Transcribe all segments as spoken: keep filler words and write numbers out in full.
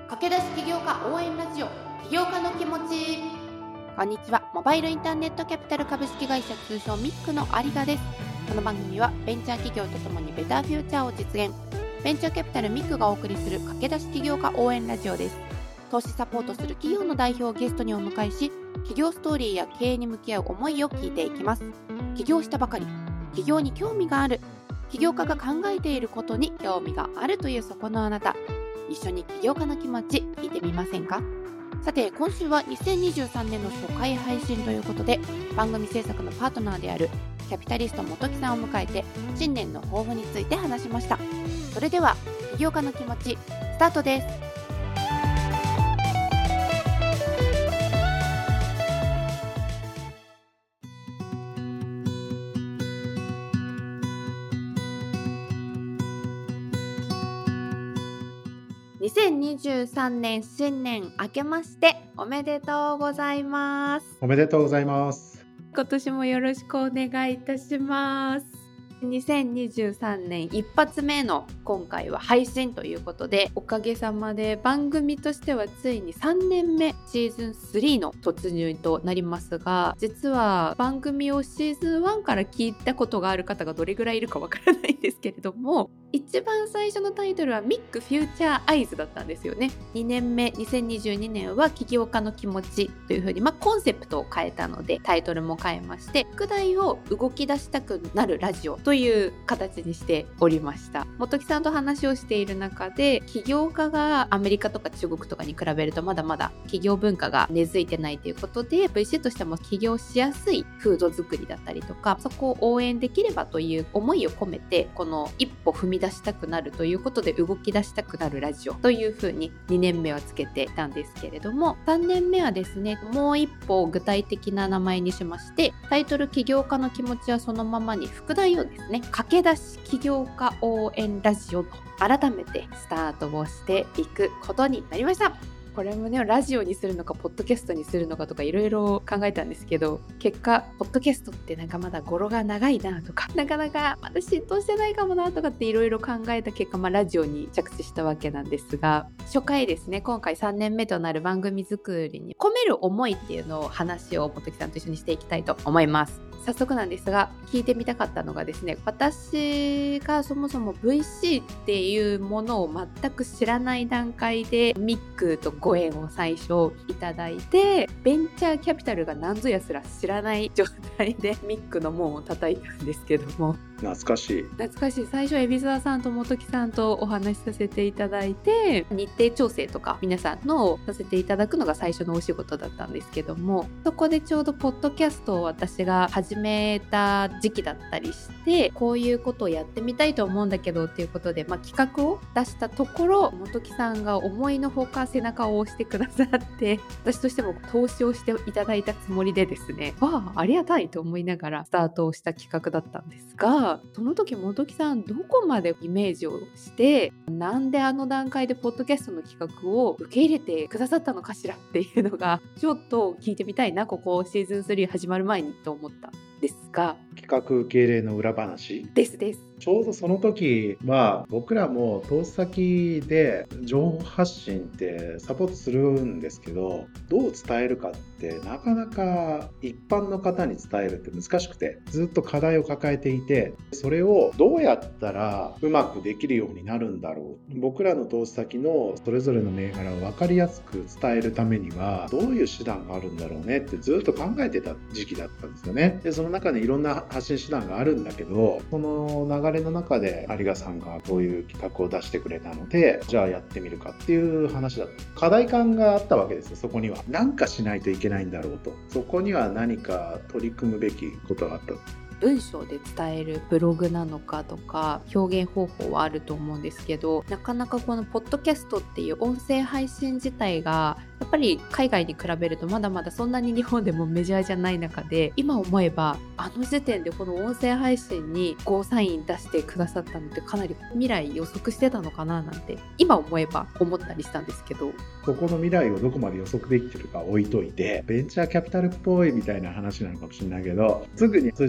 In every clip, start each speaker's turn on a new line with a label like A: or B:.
A: 駆け出し起業家応援ラジオ、起業家の気持ち。こんにちは。モバイルインターネットキャピタル株式会社、通称ミックの有賀です。この番組はベンチャー企業とともにベターフューチャーを実現、ベンチャーキャピタルミックがお送りする駆け出し起業家応援ラジオです。投資サポートする企業の代表をゲストにお迎えし、企業ストーリーや経営に向き合う思いを聞いていきます。起業したばかり、起業に興味がある、起業家が考えていることに興味があるというそこのあなた、一緒に起業家の気持ち聞いてみませんか？さて、今週はにせんにじゅうさんねんの初回配信ということで、番組制作のパートナーであるキャピタリスト本木さんを迎えて、新年の抱負について話しました。それでは起業家の気持ちスタートです。にせんにじゅうさんねん新年明けましておめでとうございます。
B: おめでとうございます。
A: 今年もよろしくお願いいたします。にせんにじゅうさんねん一発目の今回は配信ということで、おかげさまで番組としてはついにさんねんめシーズンスリーの突入となりますが、実は番組をシーズンワンから聞いたことがある方がどれぐらいいるかわからないんですけれども、一番最初のタイトルはミックフューチャーアイズだったんですよね。にねんめにせんにじゅうにねんは起業家の気持ちというふうに、まあ、コンセプトを変えたのでタイトルも変えまして、副題を動き出したくなるラジオという形にしておりました。本木さんと話をしている中で、起業家がアメリカとか中国とかに比べるとまだまだ起業文化が根付いてないということで、 ブイシー としても起業しやすい風土作りだったりとか、そこを応援できればという思いを込めて、この一歩踏み出したくなるということで動き出したくなるラジオというふうににねんめはつけていたんですけれども、さんねんめはですね、もう一歩具体的な名前にしまして、タイトル起業家の気持ちはそのままに、副題をですね、駆け出し起業家応援ラジオと改めてスタートをしていくことになりました。これもね、ラジオにするのかポッドキャストにするのかとかいろいろ考えたんですけど、結果ポッドキャストってなんかまだ語呂が長いなとか、なかなかまだ浸透してないかもなとかっていろいろ考えた結果、まあ、ラジオに着地したわけなんですが、初回ですね、今回さんねんめとなる番組作りに込める思いっていうのを話を本木さんと一緒にしていきたいと思います。早速なんですが、聞いてみたかったのがですね、私がそもそも ブイシー っていうものを全く知らない段階でミックとご縁を最初いただいて、ベンチャーキャピタルが何ぞやすら知らない状態でミックの門を叩いたんですけども、
B: 懐かしい
A: 懐かしい。最初海老沢さんと本木さんとお話しさせていただいて、日程調整とか皆さんのさせていただくのが最初のお仕事だったんですけども、そこでちょうどポッドキャストを私が始めた時期だったりして、こういうことをやってみたいと思うんだけどっていうことで、まあ、企画を出したところ、本木さんが思いのほか背中を押してくださって、私としても投資をしていただいたつもりでですね、わあありがたいと思いながらスタートをした企画だったんですが、その時本木さんどこまでイメージをして、なんであの段階でポッドキャストの企画を受け入れてくださったのかしらっていうのがちょっと聞いてみたいな、ここシーズンスリー始まる前にと思ったんですが。
B: 企画受け入れの裏話
A: ですです。
B: ちょうどその時は僕らも投資先で情報発信ってサポートするんですけど、どう伝えるかってなかなか一般の方に伝えるって難しくて、ずっと課題を抱えていて、それをどうやったらうまくできるようになるんだろう、僕らの投資先のそれぞれの銘柄を分かりやすく伝えるためにはどういう手段があるんだろうねってずっと考えてた時期だったんですよね。でその中でいろんな発信手段があるんだけど、その流れの中で有賀さんがこういう企画を出してくれたので、じゃあやってみるかっていう話だった。課題感があったわけですよ。そこには何かしないといけないんだろうと、そこには何か取り組むべきことがあった。
A: 文章で伝えるブログなのかとか表現方法はあると思うんですけど、なかなかこのポッドキャストっていう音声配信自体がやっぱり海外に比べるとまだまだそんなに日本でもメジャーじゃない中で、今思えばあの時点でこの音声配信にゴーサイン出してくださったのってかなり未来予測してたのかななんて今思えば思ったりしたんですけど、
B: ここの未来をどこまで予測できてるか置いといて、ベンチャーキャピタルっぽいみたいな話なのかもしれないけど、すぐに数字に現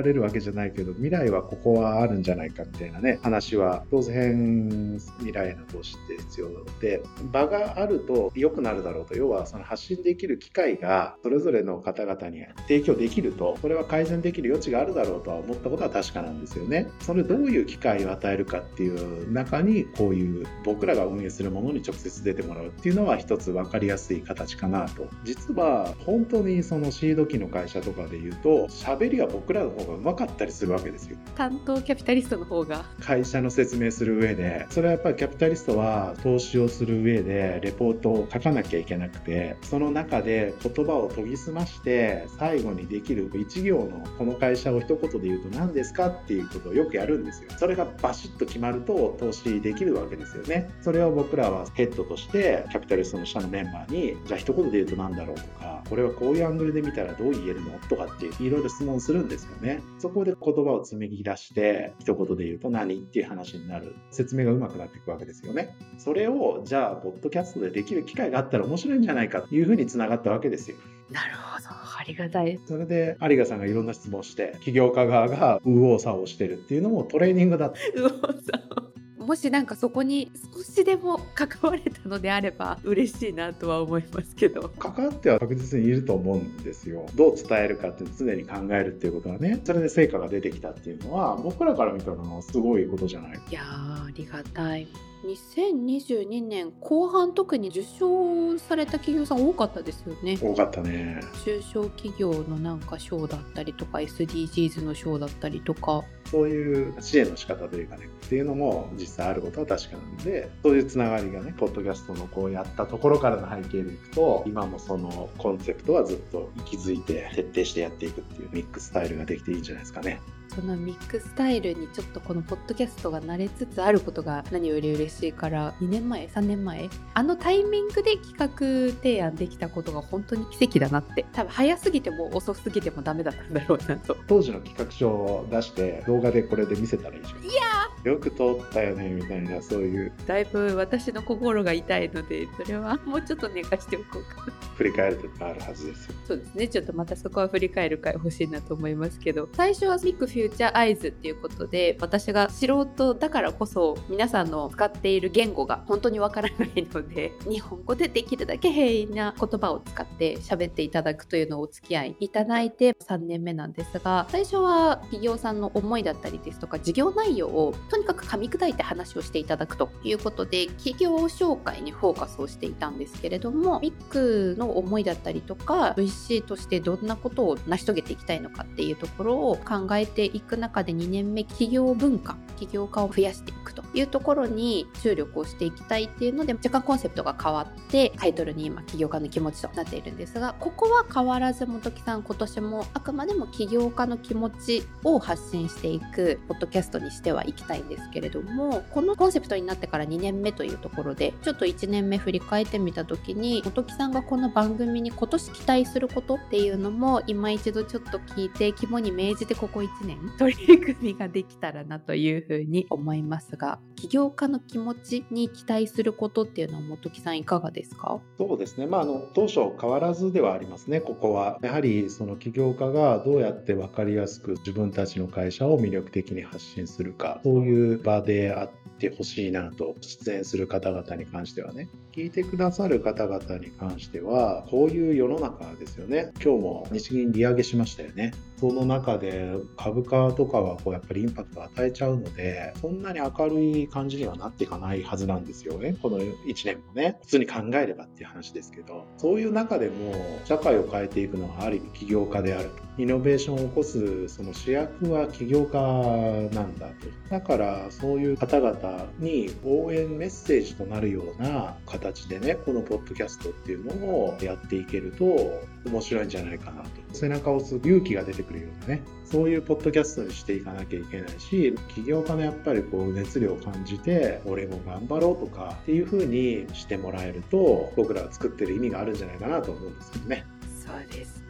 B: れるわけじゃないけど、未来はここはあるんじゃないかみたいなね、話は当然未来への投資って必要で、場があると良くなるだろうと。要はその発信できる機会がそれぞれの方々に提供できると、これは改善できる余地があるだろうとは思ったことは確かなんですよね。それどういう機会を与えるかっていう中に、こういう僕らが運営するものに直接出てもらうっていうのは一つ分かりやすい形かなと。実は本当にそのシード期の会社とかで言うと、喋りは僕らの方が上手かったりするわけですよ。
A: 担当キャピタリストの方が
B: 会社の説明する上で、それはやっぱりキャピタリストは投資をする上でレポートを書かなきゃいけなくて、その中で言葉を研ぎ澄まして最後にできる一行のこの会社を一言で言うと何ですかっていうことをよくやるんですよ。それがバシッと決まると投資できるわけですよね。それを僕らはヘッドとしてキャピタリストの下のメンバーに、じゃあ一言で言うと何だろうとか、これはこういうアングルで見たらどう言えるのとかっていろいろ質問するんですよね。そこで言葉を紡ぎ出して一言で言うと何っていう話になる。説明が上手くなっていくわけですよね。それをじゃあポッドキャストでできる機会があったら面白いんじゃないかというふうにつながったわけですよ。
A: なるほど、ありがたい。
B: それで有賀さんがいろんな質問して起業家側が右往左往してるっていうのもトレーニングだった。
A: 右往左往。もしなんかそこに少しでも関われたのであれば嬉しいなとは思いますけど、
B: 関わっては確実にいると思うんですよ。どう伝えるかって常に考えるっていうことはね、それで成果が出てきたっていうのは僕らから見たらすごいことじゃない。
A: いやーありがたい。にせんにじゅうにねん後半特に受賞された企業さん多かったですよね。
B: 多かったね。
A: 中小企業のなんか賞だったりとか エスディージーズ の賞だったりとか、
B: そういう支援の仕方というかねっていうのも実際あることは確かなので、そういうつながりがねポッドキャストのこうやったところからの背景でいくと、今もそのコンセプトはずっと息づいて徹底してやっていくっていうミックススタイルができていいんじゃないですかね。
A: そのミックスタイルにちょっとこのポッドキャストが慣れつつあることが何より嬉しいから、にねんまえさんねんまえあのタイミングで企画提案できたことが本当に奇跡だなって。多分早すぎても遅すぎてもダメだったんだろうなと。
B: 当時の企画書を出して動画でこれで見せたらいいじゃん。
A: いや
B: ーよく通ったよねみたいな、そういう
A: だいぶ私の心が痛いので、それはもうちょっと寝かしておこうかな。
B: 振り返るとあるはずですよ。
A: そうですね、ちょっとまたそこは振り返る回欲しいなと思いますけど、最初はミックフューチャーアイズっていうことで、私が素人だからこそ皆さんの使っている言語が本当にわからないので、日本語でできるだけ平易な言葉を使って喋っていただくというのをお付き合いいただいてさんねんめなんですが、最初は企業さんの思いだったりですとか事業内容をとにかく噛み砕いて話をしていただくということで、企業紹介にフォーカスをしていたんですけれども、ミックの思いだったりとか ブイシー としてどんなことを成し遂げていきたいのかっていうところを考えていく中で、にねんめ企業文化、起業家を増やしていくというところに注力をしていきたいっていうので、若干コンセプトが変わってタイトルに今起業家の気持ちとなっているんですが、ここは変わらず本木さん今年もあくまでも起業家の気持ちを発信していくポッドキャストにしてはいきたいんですけれども、このコンセプトになってからにねんめというところでちょっといちねんめ振り返ってみた時に、本木さんがこの番組に今年期待することっていうのも今一度ちょっと聞いて、肝に銘じてここいちねん取り組みができたらなというふうに思いますが、起業家の気持ちに期待することっていうのは本木さんいかがですか？
B: そうですね、まあ、あの当初変わらずではありますね。ここはやはりその起業家がどうやって分かりやすく自分たちの会社を魅力的に発信するか、そういう場であってほしいなと。出演する方々に関してはね、聞いてくださる方々に関しては、こういう世の中ですよね。今日も日銀利上げしましたよね。その中で株価とかはこうやっぱりインパクトを与えちゃうので、そんなに明るい感じにはなっていかないはずなんですよね。このいちねんもね、普通に考えればっていう話ですけど、そういう中でも社会を変えていくのはある意味起業家であると。イノベーションを起こすその主役は起業家なんだと。だからそういう方々に応援メッセージとなるような形でね、このポッドキャストっていうのをやっていけると面白いんじゃないかなと。背中を押す勇気が出てくるようなね、そういうポッドキャストにしていかなきゃいけないし、起業家のやっぱりこう熱量を感じて俺も頑張ろうとかっていう風にしてもらえると、僕らが作ってる意味があるんじゃないかなと思うんですけどね。
A: そうですね。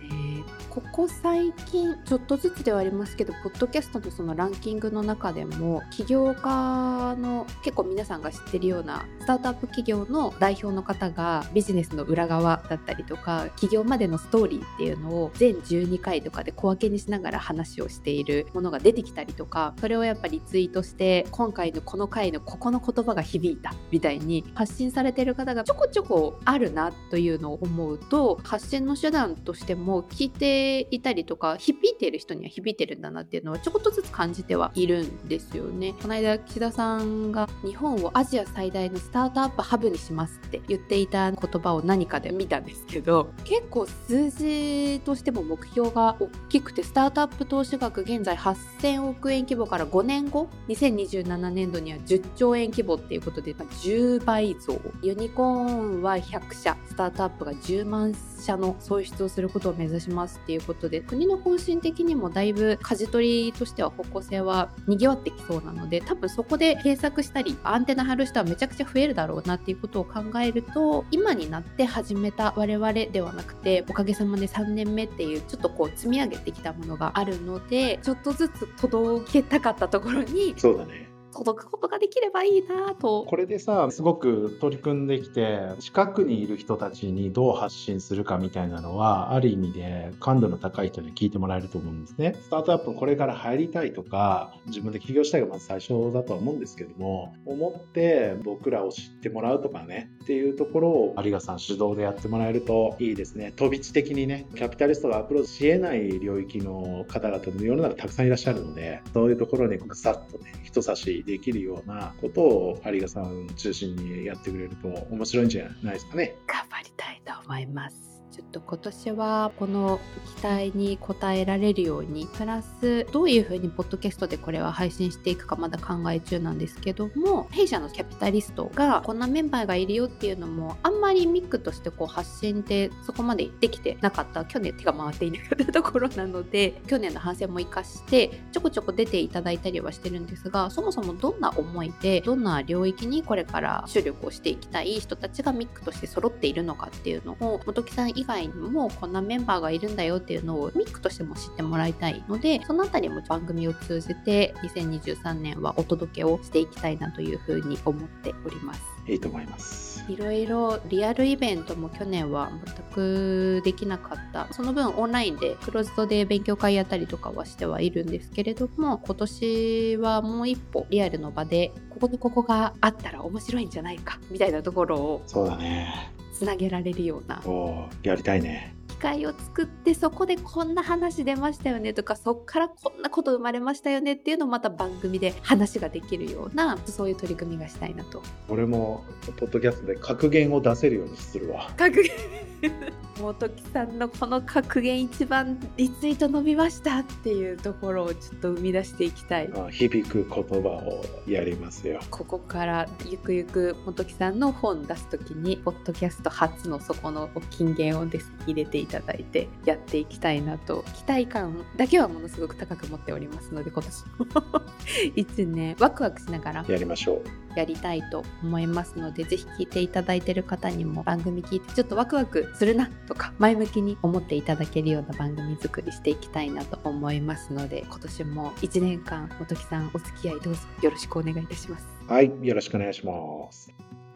A: ね、ここ最近ちょっとずつではありますけど、ポッドキャストのそのランキングの中でも起業家の結構皆さんが知ってるようなスタートアップ企業の代表の方がビジネスの裏側だったりとか、起業までのストーリーっていうのを全じゅうにかいとかで小分けにしながら話をしているものが出てきたりとか、それをやっぱりツイートして今回のこの回のここの言葉が響いたみたいに発信されている方がちょこちょこあるなというのを思うと、発信の手段としても聞いていたりとか響いている人には響いてるんだなっていうのはちょこっとずつ感じてはいるんですよね。この間岸田さんが日本をアジア最大のスタートアップハブにしますって言っていた言葉を何かで見たんですけど、結構数字としても目標が大きくて、スタートアップ投資額現在はっせんおくえん規模からごねんごにせんにじゅうななねんどにはじゅっちょうえん規模っていうことで、まあ、じゅうばい増、ユニコーンはひゃくしゃ、スタートアップがじゅうまんしゃの創出をすることを目指しますっていうことで、国の方針的にもだいぶ舵取りとしては方向性は賑わってきそうなので、多分そこで検索したりアンテナ張る人はめちゃくちゃ増えるだろうなっていうことを考えると、今になって始めた我々ではなくて、おかげさまでさんねんめっていうちょっとこう積み上げてきたものがあるので、ちょっとずつ届けたかったところに
B: そうだね、
A: 届くことができればいいなと。
B: これでさ、すごく取り組んできて、近くにいる人たちにどう発信するかみたいなのは、ある意味で感度の高い人に聞いてもらえると思うんですね。スタートアップこれから入りたいとか、自分で起業したいがまず最初だとは思うんですけども、思って僕らを知ってもらうとかね、っていうところを有賀さん主導でやってもらえるといいですね。飛び地的にね、キャピタリストがアプローチし得ない領域の方々も世の中たくさんいらっしゃるので、そういうところにさっとね、人差しできるようなことを有賀さん中心にやってくれると面白いんじゃないですかね。
A: 頑張りたいと思います。ちょっと今年はこの期待に応えられるように、プラスどういう風にポッドキャストでこれは配信していくかまだ考え中なんですけども、弊社のキャピタリストがこんなメンバーがいるよっていうのもあんまりミックとしてこう発信ってそこまでできてなかった、去年手が回っていなかったところなので、去年の反省も生かしてちょこちょこ出ていただいたりはしてるんですが、そもそもどんな思いでどんな領域にこれから注力をしていきたい人たちがミックとして揃っているのかっていうのを、本木さん以外にもこんなメンバーがいるんだよっていうのをミックとしても知ってもらいたいので、そのあたりも番組を通じてにせんにじゅうさんねんはお届けをしていきたいなというふうに思っております。
B: いいと思います。
A: いろいろリアルイベントも去年は全くできなかった。その分オンラインでクローズドで勉強会やったりとかはしてはいるんですけれども、今年はもう一歩リアルの場でこことここがあったら面白いんじゃないかみたいなところを
B: そうだね、
A: つなげられるような
B: おやりたいね。
A: 機会を作って、そこでこんな話出ましたよねとか、そっからこんなこと生まれましたよねっていうのをまた番組で話ができるような、そういう取り組みがしたいなと。
B: 俺もポッドキャストで格言を出せるようにするわ。
A: 格言本木さんのこの格言一番リツイート伸びましたっていうところをちょっと生み出していきたい。
B: 響く言葉をやりますよ。
A: ここからゆくゆく本木さんの本出すときにポッドキャスト初のそこの金言をですね入れていただいてやっていきたいなと、期待感だけはものすごく高く持っておりますので、今年もいちねんワクワクしながら
B: やりましょう。
A: やりたいと思いますので、ぜひ聞いていただいている方にも番組聞いてちょっとワクワクするなとか前向きに思っていただけるような番組作りしていきたいなと思いますので、今年もいちねんかん本木さんお付き合いどうぞよろしくお願いいたします。
B: はい、よろしくお願いします。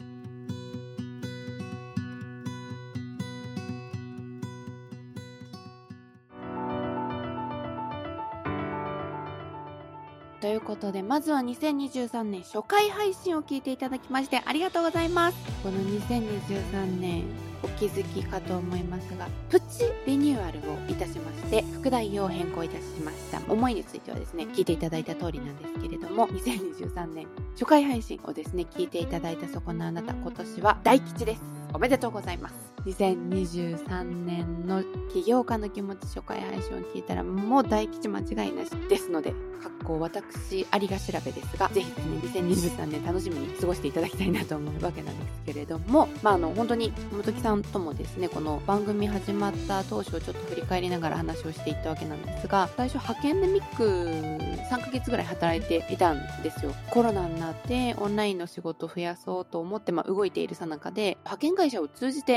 A: ということで、まずはにせんにじゅうさんねん初回配信を聞いていただきましてありがとうございます。このにせんにじゅうさんねんお気づきかと思いますが、プチリニューアルをいたしまして副題を変更いたしました。思いについてはですね、聞いていただいた通りなんですけれども、にせんにじゅうさんねん初回配信をですね聞いていただいたそこのあなた、今年は大吉です。おめでとうございます。にせんにじゅうさんねんの起業家の気持ち初回配信を聞いたらもう大吉間違いなしですので、かっこ私ありが調べですが、ぜひですねにせんにじゅうさんねん楽しみに過ごしていただきたいなと思うわけなんですけれども、まああの本当に本木さんともですね、この番組始まった当初をちょっと振り返りながら話をしていったわけなんですが、最初派遣でミックさんかげつぐらい働いていたんですよ。コロナになってオンラインの仕事を増やそうと思って、まあ、動いているさなかで派遣会社を通じて実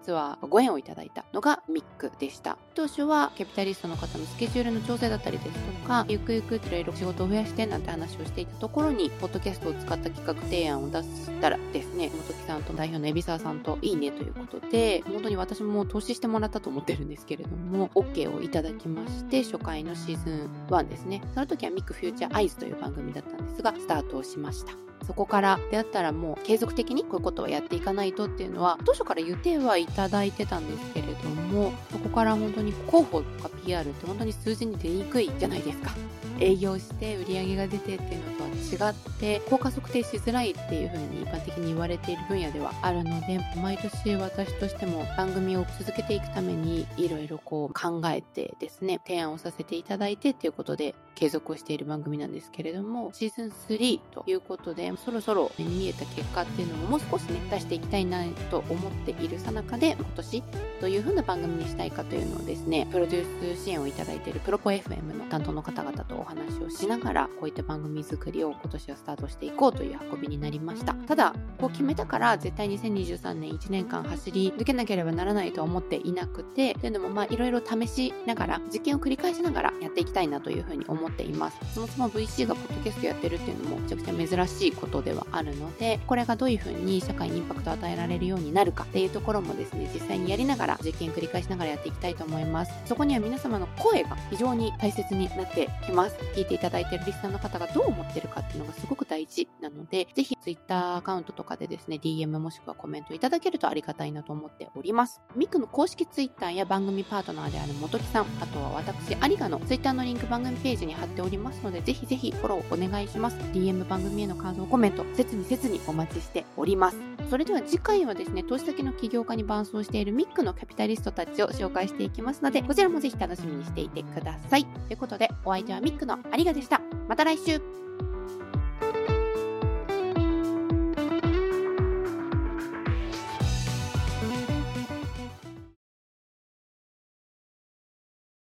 A: 実はご縁をいただいたのがミックでした。当初はキャピタリストの方のスケジュールの調整だったりですとか、ゆくゆくいろいろ仕事を増やしてなんて話をしていたところに、ポッドキャストを使った企画提案を出したらですね、本木さんと代表の海老沢さんといいねということで、本当に私も投資してもらったと思ってるんですけれども、 OK をいただきまして、初回のシーズンワンですね、その時はミックフューチャーアイズという番組だったんですが、スタートをしました。そこからであったらもう継続的にこういうことをやっていかないとっていうのは当初から言ってはいただいてたんですけれども、そこから本当に広報とか ピーアール って本当に数字に出にくいじゃないですか。営業して売り上げが出てっていうのとは違って効果測定しづらいっていう風に一般的に言われている分野ではあるので、毎年私としても番組を続けていくためにいろいろこう考えてですね、提案をさせていただいてっていうことで継続をしている番組なんですけれども、シーズンスリーということでそろそろ目に見えた結果っていうのももう少しね出していきたいなと思っているさなかで、今年どういう風な番組にしたいかというのをですね、プロデュース支援をいただいているプロポ エフエム の担当の方々とお話をしながら、こういった番組作りを今年はスタートしていこうという運びになりました。ただこう決めたから絶対にせんにじゅうさんねんいちねんかん走り抜けなければならないとは思っていなくて、というのもまあいろいろ試しながら実験を繰り返しながらやっていきたいなというふうに思っています。そもそも ブイシー がポッドキャストやってるっていうのもめちゃくちゃ珍しいことではあるので、これがどういうふうに社会にインパクトを与えられるようになるかっていうところもですね、実際にやりながら実験繰り返しながらやっていきたいと思います。そこには皆様の声が非常に大切になってきます。聞いていただいているリスナーの方がどう思ってるかっていうのがすごく大事なので、ぜひ Twitter アカウントとかでですね ディーエム もしくはコメントいただけるとありがたいなと思っております。ミックの公式 Twitter や番組パートナーである元木さん、あとは私有賀の Twitter のリンク番組ページに貼っておりますので、ぜひぜひフォローお願いします。 ディーエム 番組への感想コメント切に切にお待ちしております。それでは次回はですね、投資先の起業家に伴走しているミックのキャピタリストたちを紹介していきますので、こちらもぜひ楽しみにしていてください。ということでお相手はミックの有賀でした。また来週。